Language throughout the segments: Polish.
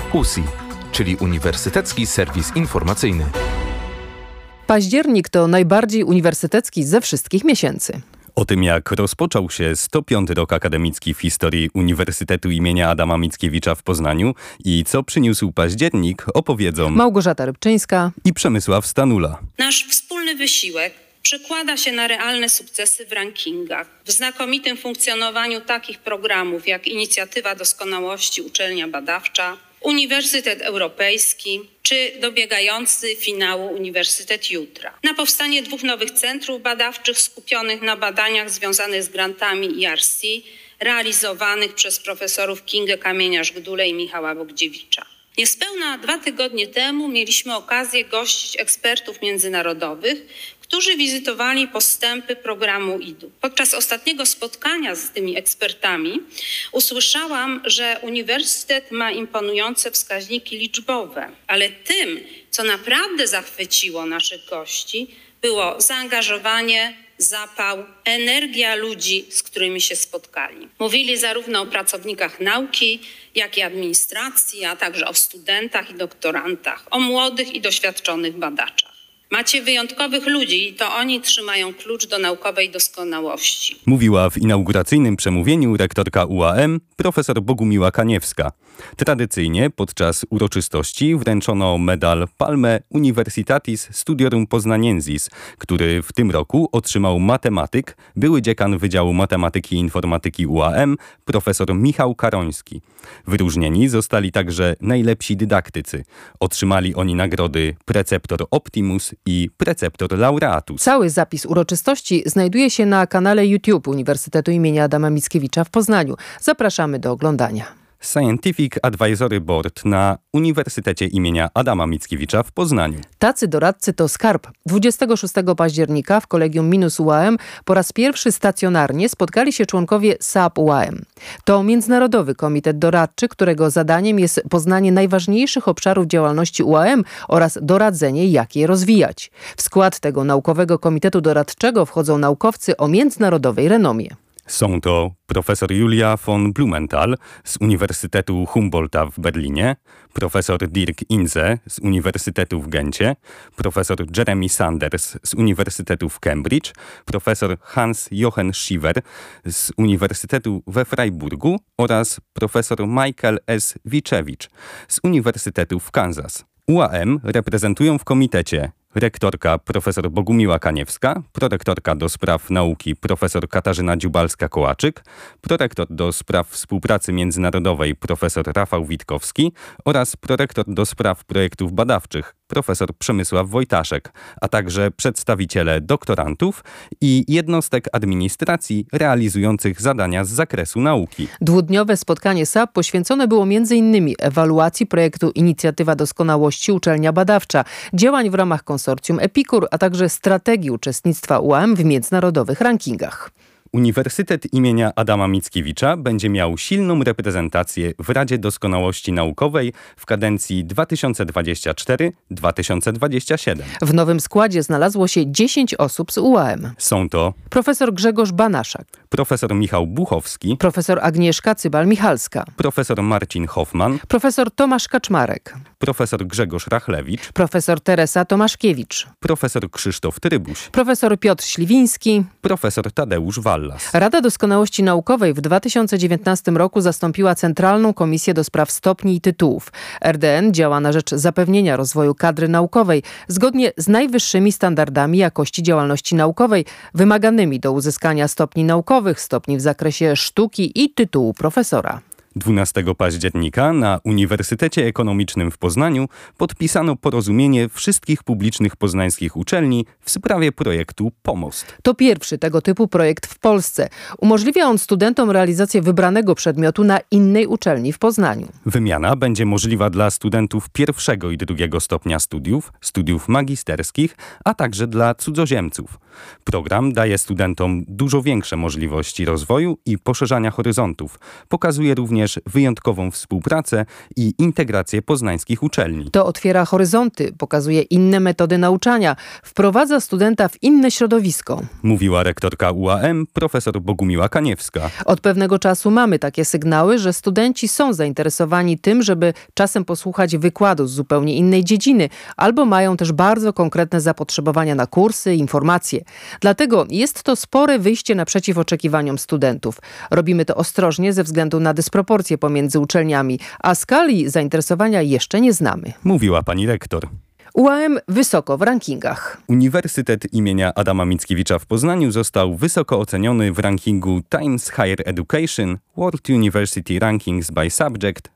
USI, czyli Uniwersytecki Serwis Informacyjny. Październik to najbardziej uniwersytecki ze wszystkich miesięcy. O tym, jak rozpoczął się 105. rok akademicki w historii Uniwersytetu imienia Adama Mickiewicza w Poznaniu i co przyniósł październik, opowiedzą Małgorzata Rybczyńska i Przemysław Stanula. Nasz wspólny wysiłek przekłada się na realne sukcesy w rankingach, w znakomitym funkcjonowaniu takich programów jak Inicjatywa Doskonałości Uczelnia Badawcza, Uniwersytet Europejski czy dobiegający finału Uniwersytet Jutra. Na powstanie 2 nowych centrów badawczych skupionych na badaniach związanych z grantami ERC realizowanych przez profesorów Kingę Kamieniarz-Gdulę i Michała Bogdziewicza. Niespełna 2 tygodnie temu mieliśmy okazję gościć ekspertów międzynarodowych, którzy wizytowali postępy programu IDU. Podczas ostatniego spotkania z tymi ekspertami usłyszałam, że uniwersytet ma imponujące wskaźniki liczbowe, ale tym, co naprawdę zachwyciło naszych gości, było zaangażowanie, zapał, energia ludzi, z którymi się spotkali. Mówili zarówno o pracownikach nauki, jak i administracji, a także o studentach i doktorantach, o młodych i doświadczonych badaczach. Macie wyjątkowych ludzi i to oni trzymają klucz do naukowej doskonałości. Mówiła w inauguracyjnym przemówieniu rektorka UAM profesor Bogumiła Kaniewska. Tradycyjnie podczas uroczystości wręczono medal Palme Universitatis Studiorum Poznaniensis, który w tym roku otrzymał matematyk, były dziekan Wydziału Matematyki i Informatyki UAM, profesor Michał Karoński. Wyróżnieni zostali także najlepsi dydaktycy. Otrzymali oni nagrody Preceptor Optimus i Preceptor Laureatus. Cały zapis uroczystości znajduje się na kanale YouTube Uniwersytetu imienia Adama Mickiewicza w Poznaniu. Zapraszamy do oglądania. Scientific Advisory Board na Uniwersytecie imienia Adama Mickiewicza w Poznaniu. Tacy doradcy to skarb. 26 października w Kolegium Minus UAM po raz pierwszy stacjonarnie spotkali się członkowie SAP UAM. To międzynarodowy komitet doradczy, którego zadaniem jest poznanie najważniejszych obszarów działalności UAM oraz doradzenie, jak je rozwijać. W skład tego naukowego komitetu doradczego wchodzą naukowcy o międzynarodowej renomie. Są to profesor Julia von Blumenthal z Uniwersytetu Humboldta w Berlinie, profesor Dirk Inze z Uniwersytetu w Gencie, profesor Jeremy Sanders z Uniwersytetu w Cambridge, profesor Hans-Jochen Schiever z Uniwersytetu we Freiburgu oraz profesor Michael S. Wiczewicz z Uniwersytetu w Kansas. UAM reprezentują w komitecie rektorka profesor Bogumiła Kaniewska, prorektorka do spraw nauki profesor Katarzyna Dziubalska-Kołaczyk, prorektor do spraw współpracy międzynarodowej profesor Rafał Witkowski oraz prorektor do spraw projektów badawczych profesor Przemysław Wojtaszek, a także przedstawiciele doktorantów i jednostek administracji realizujących zadania z zakresu nauki. Dwudniowe spotkanie SAP poświęcone było m.in. ewaluacji projektu Inicjatywa Doskonałości Uczelnia Badawcza, działań w ramach konsorcjum Epikur, a także strategii uczestnictwa UAM w międzynarodowych rankingach. Uniwersytet imienia Adama Mickiewicza będzie miał silną reprezentację w Radzie Doskonałości Naukowej w kadencji 2024-2027. W nowym składzie znalazło się 10 osób z UAM. Są to profesor Grzegorz Banaszak, profesor Michał Buchowski, profesor Agnieszka Cybal-Michalska, profesor Marcin Hoffman, profesor Tomasz Kaczmarek, profesor Grzegorz Rachlewicz, profesor Teresa Tomaszkiewicz, profesor Krzysztof Trybuś, profesor Piotr Śliwiński, profesor Tadeusz Wallas. Rada Doskonałości Naukowej w 2019 roku zastąpiła Centralną Komisję do Spraw Stopni i Tytułów. RDN działa na rzecz zapewnienia rozwoju kadry naukowej zgodnie z najwyższymi standardami jakości działalności naukowej wymaganymi do uzyskania stopni naukowych, stopni w zakresie sztuki i tytułu profesora. 12 października na Uniwersytecie Ekonomicznym w Poznaniu podpisano porozumienie wszystkich publicznych poznańskich uczelni w sprawie projektu Pomost. To pierwszy tego typu projekt w Polsce. Umożliwia on studentom realizację wybranego przedmiotu na innej uczelni w Poznaniu. Wymiana będzie możliwa dla studentów 1. i 2. stopnia studiów magisterskich, a także dla cudzoziemców. Program daje studentom dużo większe możliwości rozwoju i poszerzania horyzontów. Pokazuje również również wyjątkową współpracę i integrację poznańskich uczelni. To otwiera horyzonty, pokazuje inne metody nauczania, wprowadza studenta w inne środowisko. Mówiła rektorka UAM, profesor Bogumiła Kaniewska. Od pewnego czasu mamy takie sygnały, że studenci są zainteresowani tym, żeby czasem posłuchać wykładu z zupełnie innej dziedziny, albo mają też bardzo konkretne zapotrzebowania na kursy, informacje. Dlatego jest to spore wyjście naprzeciw oczekiwaniom studentów. Robimy to ostrożnie ze względu na dysproporcje pomiędzy uczelniami, a skali zainteresowania jeszcze nie znamy. Mówiła pani rektor. UAM wysoko w rankingach. Uniwersytet imienia Adama Mickiewicza w Poznaniu został wysoko oceniony w rankingu Times Higher Education World University Rankings by Subject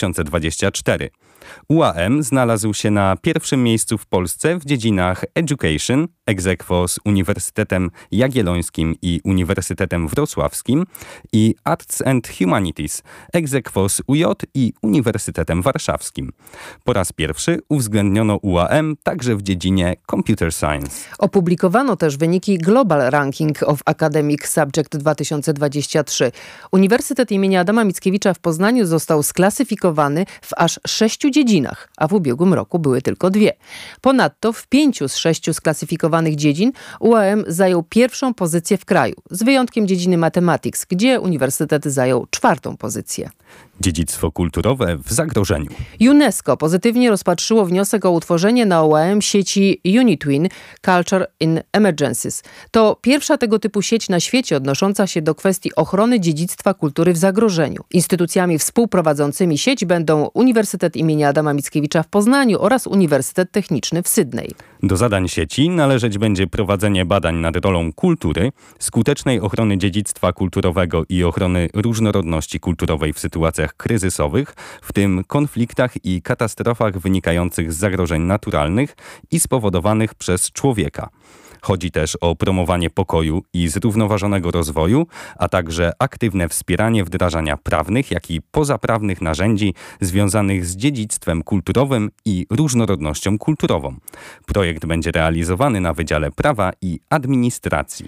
2024. UAM znalazł się na pierwszym miejscu w Polsce w dziedzinach Education, ex aequo z Uniwersytetem Jagiellońskim i Uniwersytetem Wrocławskim, i Arts and Humanities, ex aequo z UJ i Uniwersytetem Warszawskim. Po raz pierwszy uwzględniono UAM także w dziedzinie Computer Science. Opublikowano też wyniki Global Ranking of Academic Subject 2023. Uniwersytet imienia Adama Mickiewicza w Poznaniu został sklasyfikowany w aż 6 dziedzinach, a w ubiegłym roku były tylko 2. Ponadto w 5 z 6 sklasyfikowanych dziedzin UAM zajął pierwszą pozycję w kraju, z wyjątkiem dziedziny Mathematics, gdzie uniwersytet zajął 4. pozycję. Dziedzictwo kulturowe w zagrożeniu. UNESCO pozytywnie rozpatrzyło wniosek o utworzenie na UAM sieci UniTwin Culture in Emergencies. To pierwsza tego typu sieć na świecie odnosząca się do kwestii ochrony dziedzictwa kultury w zagrożeniu. Instytucjami współprowadzącymi sieć będą Uniwersytet imienia Adama Mickiewicza w Poznaniu oraz Uniwersytet Techniczny w Sydney. Do zadań sieci należeć będzie prowadzenie badań nad rolą kultury, skutecznej ochrony dziedzictwa kulturowego i ochrony różnorodności kulturowej w sytuacjach kryzysowych, w tym konfliktach i katastrofach wynikających z zagrożeń naturalnych i spowodowanych przez człowieka. Chodzi też o promowanie pokoju i zrównoważonego rozwoju, a także aktywne wspieranie wdrażania prawnych, jak i pozaprawnych narzędzi związanych z dziedzictwem kulturowym i różnorodnością kulturową. Projekt będzie realizowany na Wydziale Prawa i Administracji.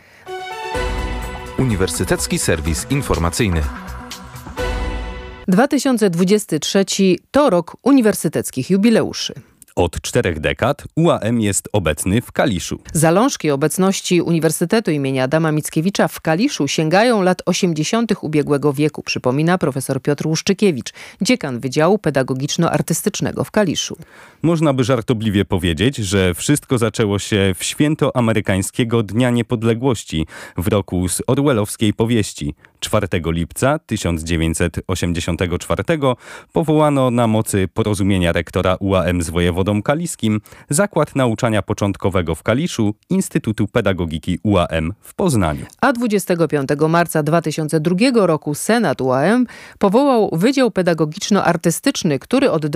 Uniwersytecki serwis informacyjny. 2023 to rok uniwersyteckich jubileuszy. Od 4 dekad UAM jest obecny w Kaliszu. Zalążki obecności Uniwersytetu imienia Adama Mickiewicza w Kaliszu sięgają lat 80. ubiegłego wieku, przypomina profesor Piotr Łuszczykiewicz, dziekan Wydziału Pedagogiczno-Artystycznego w Kaliszu. Można by żartobliwie powiedzieć, że wszystko zaczęło się w święto amerykańskiego Dnia Niepodległości w roku z orwellowskiej powieści. 4 lipca 1984 powołano na mocy porozumienia rektora UAM z wojewodą kaliskim Zakład Nauczania Początkowego w Kaliszu Instytutu Pedagogiki UAM w Poznaniu. A 25 marca 2002 roku Senat UAM powołał Wydział Pedagogiczno-Artystyczny, który od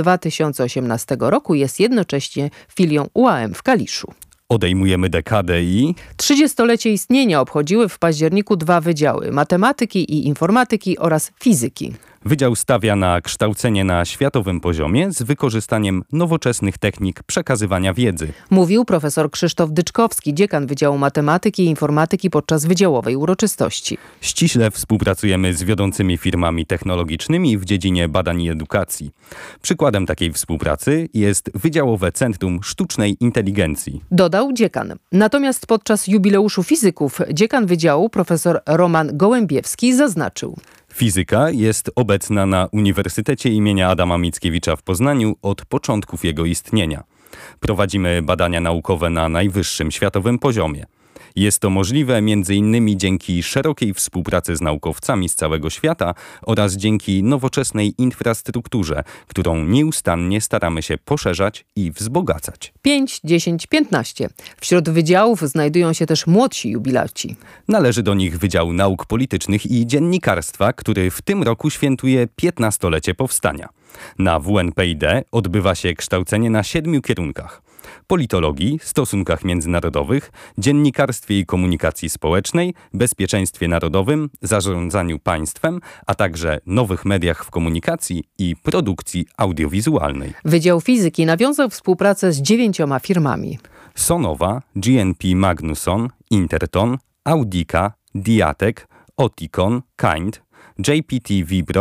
2018 roku jest jednocześnie filią UAM w Kaliszu. Odejmujemy dekadę i 30-lecie istnienia obchodziły w październiku 2 wydziały: matematyki i informatyki oraz fizyki. Wydział stawia na kształcenie na światowym poziomie z wykorzystaniem nowoczesnych technik przekazywania wiedzy. Mówił profesor Krzysztof Dyczkowski, dziekan Wydziału Matematyki i Informatyki podczas wydziałowej uroczystości. Ściśle współpracujemy z wiodącymi firmami technologicznymi w dziedzinie badań i edukacji. Przykładem takiej współpracy jest Wydziałowe Centrum Sztucznej Inteligencji. Dodał dziekan. Natomiast podczas jubileuszu fizyków dziekan wydziału profesor Roman Gołębiewski zaznaczył: Fizyka jest obecna na Uniwersytecie imienia Adama Mickiewicza w Poznaniu od początków jego istnienia. Prowadzimy badania naukowe na najwyższym światowym poziomie. Jest to możliwe m.in. dzięki szerokiej współpracy z naukowcami z całego świata oraz dzięki nowoczesnej infrastrukturze, którą nieustannie staramy się poszerzać i wzbogacać. 5, 10, 15. Wśród wydziałów znajdują się też młodsi jubilaci. Należy do nich Wydział Nauk Politycznych i Dziennikarstwa, który w tym roku świętuje 15-lecie powstania. Na WNPiD odbywa się kształcenie na 7 kierunkach: politologii, stosunkach międzynarodowych, dziennikarstwie i komunikacji społecznej, bezpieczeństwie narodowym, zarządzaniu państwem, a także nowych mediach w komunikacji i produkcji audiowizualnej. Wydział Fizyki nawiązał współpracę z 9 firmami: Sonowa, GNP Magnusson, Interton, Audica, Diatec, Oticon, Kind, JPT Vibro,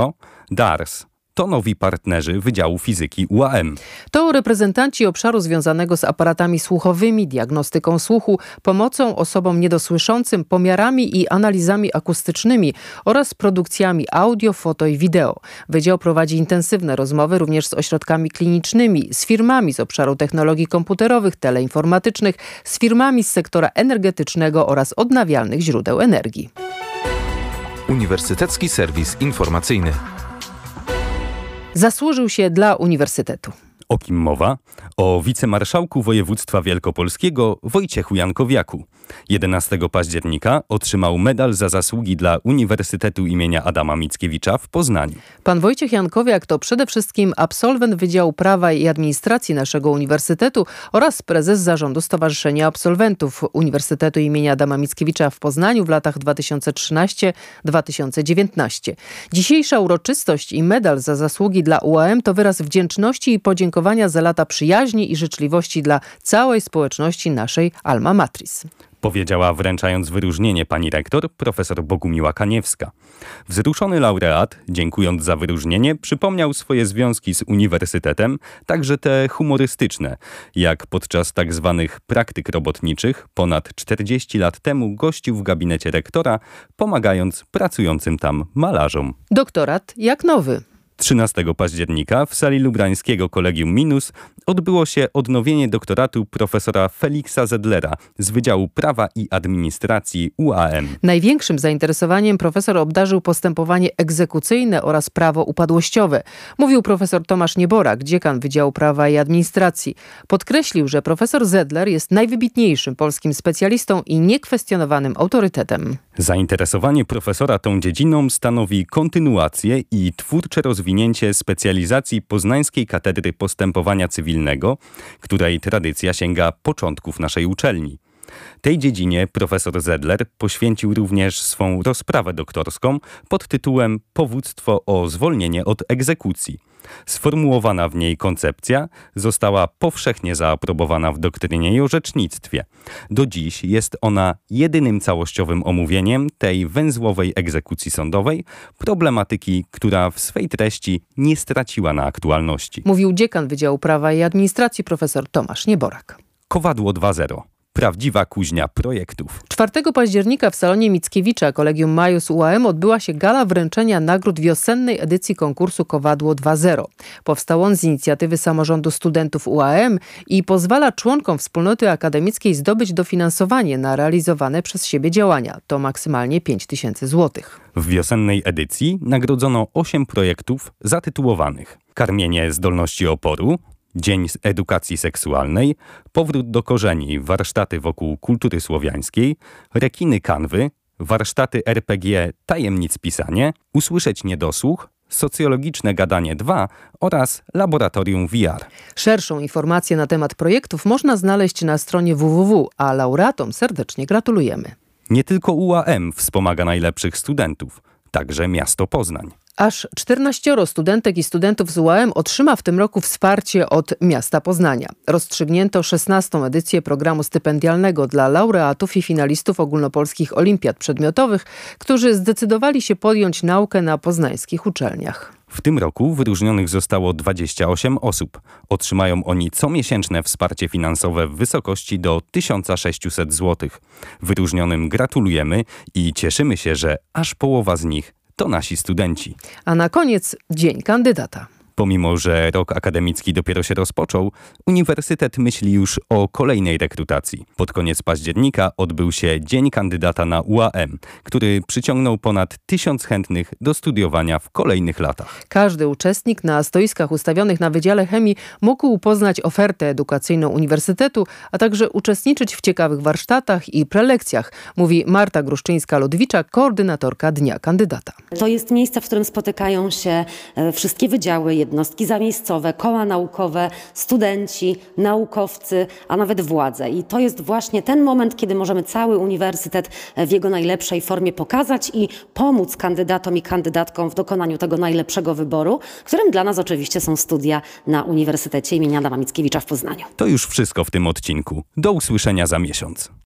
DARS. To nowi partnerzy Wydziału Fizyki UAM. To reprezentanci obszaru związanego z aparatami słuchowymi, diagnostyką słuchu, pomocą osobom niedosłyszącym, pomiarami i analizami akustycznymi oraz produkcjami audio, foto i wideo. Wydział prowadzi intensywne rozmowy również z ośrodkami klinicznymi, z firmami z obszaru technologii komputerowych, teleinformatycznych, z firmami z sektora energetycznego oraz odnawialnych źródeł energii. Uniwersytecki Serwis Informacyjny. Zasłużył się dla uniwersytetu. O kim mowa? O wicemarszałku województwa wielkopolskiego Wojciechu Jankowiaku. 11 października otrzymał medal za zasługi dla Uniwersytetu imienia Adama Mickiewicza w Poznaniu. Pan Wojciech Jankowiak to przede wszystkim absolwent Wydziału Prawa i Administracji naszego uniwersytetu oraz prezes zarządu Stowarzyszenia Absolwentów Uniwersytetu imienia Adama Mickiewicza w Poznaniu w latach 2013-2019. Dzisiejsza uroczystość i medal za zasługi dla UAM to wyraz wdzięczności i podziękowania za lata przyjaźni i życzliwości dla całej społeczności naszej Alma Matris. Powiedziała, wręczając wyróżnienie pani rektor, profesor Bogumiła Kaniewska. Wzruszony laureat, dziękując za wyróżnienie, przypomniał swoje związki z uniwersytetem, także te humorystyczne, jak podczas tak zwanych praktyk robotniczych ponad 40 lat temu gościł w gabinecie rektora, pomagając pracującym tam malarzom. Doktorat jak nowy. 13 października w sali lubrańskiego Kolegium Minus odbyło się odnowienie doktoratu profesora Feliksa Zedlera z Wydziału Prawa i Administracji UAM. Największym zainteresowaniem profesor obdarzył postępowanie egzekucyjne oraz prawo upadłościowe. Mówił profesor Tomasz Nieborak, dziekan Wydziału Prawa i Administracji. Podkreślił, że profesor Zedler jest najwybitniejszym polskim specjalistą i niekwestionowanym autorytetem. Zainteresowanie profesora tą dziedziną stanowi kontynuację i twórcze rozwinięcie specjalizacji Poznańskiej Katedry Postępowania Cywilnego, której tradycja sięga początków naszej uczelni. Tej dziedzinie profesor Zedler poświęcił również swą rozprawę doktorską pod tytułem Powództwo o zwolnienie od egzekucji. Sformułowana w niej koncepcja została powszechnie zaaprobowana w doktrynie i orzecznictwie. Do dziś jest ona jedynym całościowym omówieniem tej węzłowej egzekucji sądowej, problematyki, która w swej treści nie straciła na aktualności. Mówił dziekan Wydziału Prawa i Administracji profesor Tomasz Nieborak. Kowadło 2.0. Prawdziwa kuźnia projektów. 4 października w salonie Mickiewicza Collegium Maius UAM odbyła się gala wręczenia nagród wiosennej edycji konkursu Kowadło 2.0. Powstał on z inicjatywy samorządu studentów UAM i pozwala członkom wspólnoty akademickiej zdobyć dofinansowanie na realizowane przez siebie działania. To maksymalnie 5000 zł. W wiosennej edycji nagrodzono 8 projektów zatytułowanych: Karmienie zdolności oporu, Dzień edukacji seksualnej, Powrót do korzeni, warsztaty wokół kultury słowiańskiej, Rekiny kanwy, warsztaty RPG tajemnic pisanie, Usłyszeć niedosłuch, Socjologiczne gadanie 2 oraz Laboratorium VR. Szerszą informację na temat projektów można znaleźć na stronie www, a laureatom serdecznie gratulujemy. Nie tylko UAM wspomaga najlepszych studentów, także miasto Poznań. Aż 14 studentek i studentów z UAM otrzyma w tym roku wsparcie od miasta Poznania. Rozstrzygnięto 16. edycję programu stypendialnego dla laureatów i finalistów ogólnopolskich olimpiad przedmiotowych, którzy zdecydowali się podjąć naukę na poznańskich uczelniach. W tym roku wyróżnionych zostało 28 osób. Otrzymają oni comiesięczne wsparcie finansowe w wysokości do 1600 zł. Wyróżnionym gratulujemy i cieszymy się, że aż połowa z nich to nasi studenci. A na koniec Dzień Kandydata. Pomimo że rok akademicki dopiero się rozpoczął, uniwersytet myśli już o kolejnej rekrutacji. Pod koniec października odbył się Dzień Kandydata na UAM, który przyciągnął ponad 1000 chętnych do studiowania w kolejnych latach. Każdy uczestnik na stoiskach ustawionych na Wydziale Chemii mógł poznać ofertę edukacyjną uniwersytetu, a także uczestniczyć w ciekawych warsztatach i prelekcjach, mówi Marta Gruszczyńska-Ludwicza, koordynatorka Dnia Kandydata. To jest miejsce, w którym spotykają się wszystkie wydziały, jednostki zamiejscowe, koła naukowe, studenci, naukowcy, a nawet władze. I to jest właśnie ten moment, kiedy możemy cały uniwersytet w jego najlepszej formie pokazać i pomóc kandydatom i kandydatkom w dokonaniu tego najlepszego wyboru, którym dla nas oczywiście są studia na Uniwersytecie imienia Adama Mickiewicza w Poznaniu. To już wszystko w tym odcinku. Do usłyszenia za miesiąc.